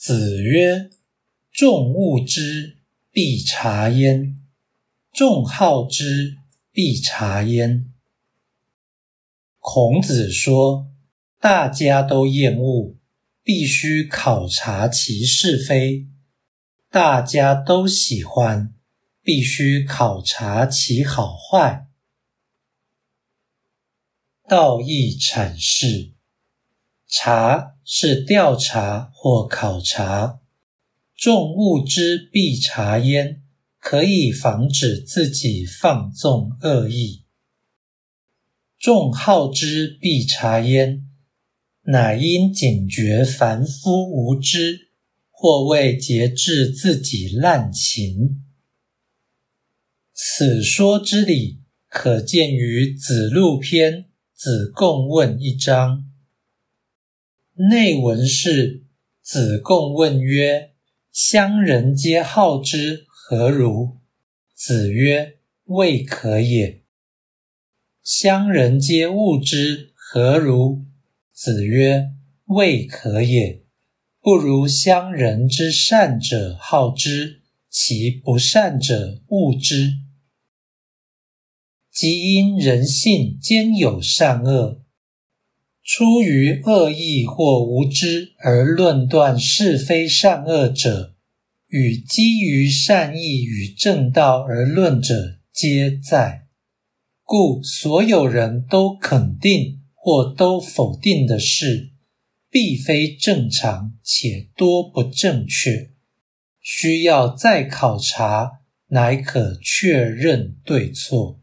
子曰：众恶之，必察焉；众好之，必察焉。孔子说，大家都厌恶，必须考察其是非；大家都喜欢，必须考察其好坏。道义阐释：察是调查或考察，众恶之必察焉，可以防止自己放纵恶意；众好之必察焉，乃因警觉凡夫无知，或为节制自己滥情。此说之理，可见于子路篇子贡问一章。内文是子贡问曰：乡人皆好之，何如？子曰：未可也。乡人皆恶之，何如？子曰：未可也。不如乡人之善者好之，其不善者恶之。即因人性兼有善恶，出于恶意或无知而论断是非善恶者，与基于善意与正道而论者皆在。故所有人都肯定或都否定的事，必非正常且多不正确，需要再考察，乃可确认对错。